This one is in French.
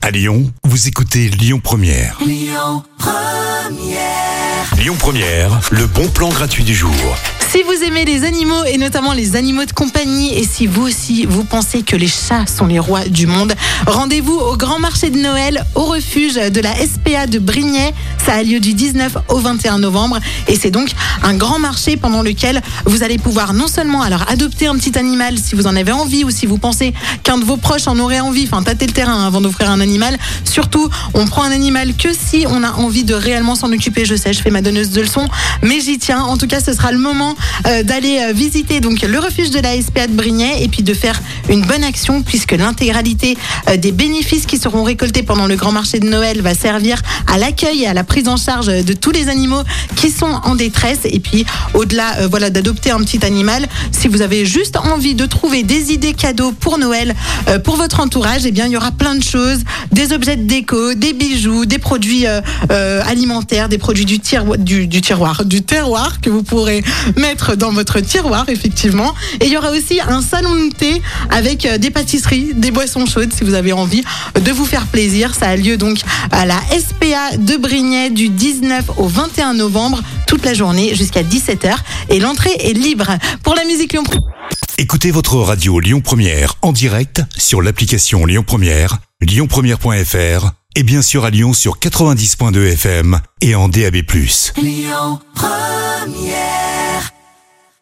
À Lyon, vous écoutez Lyon Première. Lyon Première. Lyon Première, le bon plan gratuit du jour. Si vous aimez les animaux et notamment les animaux de compagnie, et si vous aussi vous pensez que les chats sont les rois du monde, rendez-vous au grand marché de Noël au refuge de la SPA de Brignais. Ça a lieu du 19 au 21 novembre et c'est donc un grand marché pendant lequel vous allez pouvoir non seulement alors adopter un petit animal si vous en avez envie ou si vous pensez qu'un de vos proches en aurait envie, enfin tâter le terrain avant d'offrir un animal. Surtout, on prend un animal que si on a envie de réellement s'en occuper. Je sais, je fais ma donneuse de leçons, mais j'y tiens. En tout cas, ce sera le moment d'aller visiter donc le refuge de la SPA de Brignais et puis de faire une bonne action puisque l'intégralité des bénéfices qui seront récoltés pendant le grand marché de Noël va servir à l'accueil et à la prise en charge de tous les animaux qui sont en détresse. Et puis au-delà d'adopter un petit animal, si vous avez juste envie de trouver des idées cadeaux pour Noël pour votre entourage, eh bien il y aura plein de choses, des objets de déco, des bijoux, des produits alimentaires, des produits du terroir que vous pourrez mettre dans votre tiroir effectivement. Et il y aura aussi un salon de thé avec des pâtisseries, des boissons chaudes si vous avez envie de vous faire plaisir. Ça a lieu donc à la SPA de Brignais du 19 au 21 novembre, toute la journée jusqu'à 17h et l'entrée est libre. Pour la musique Lyon Première. Écoutez votre radio Lyon Première en direct sur l'application Lyon Première, lyonpremière.fr et bien sûr à Lyon sur 90.2 FM et en DAB+. Lyon Première.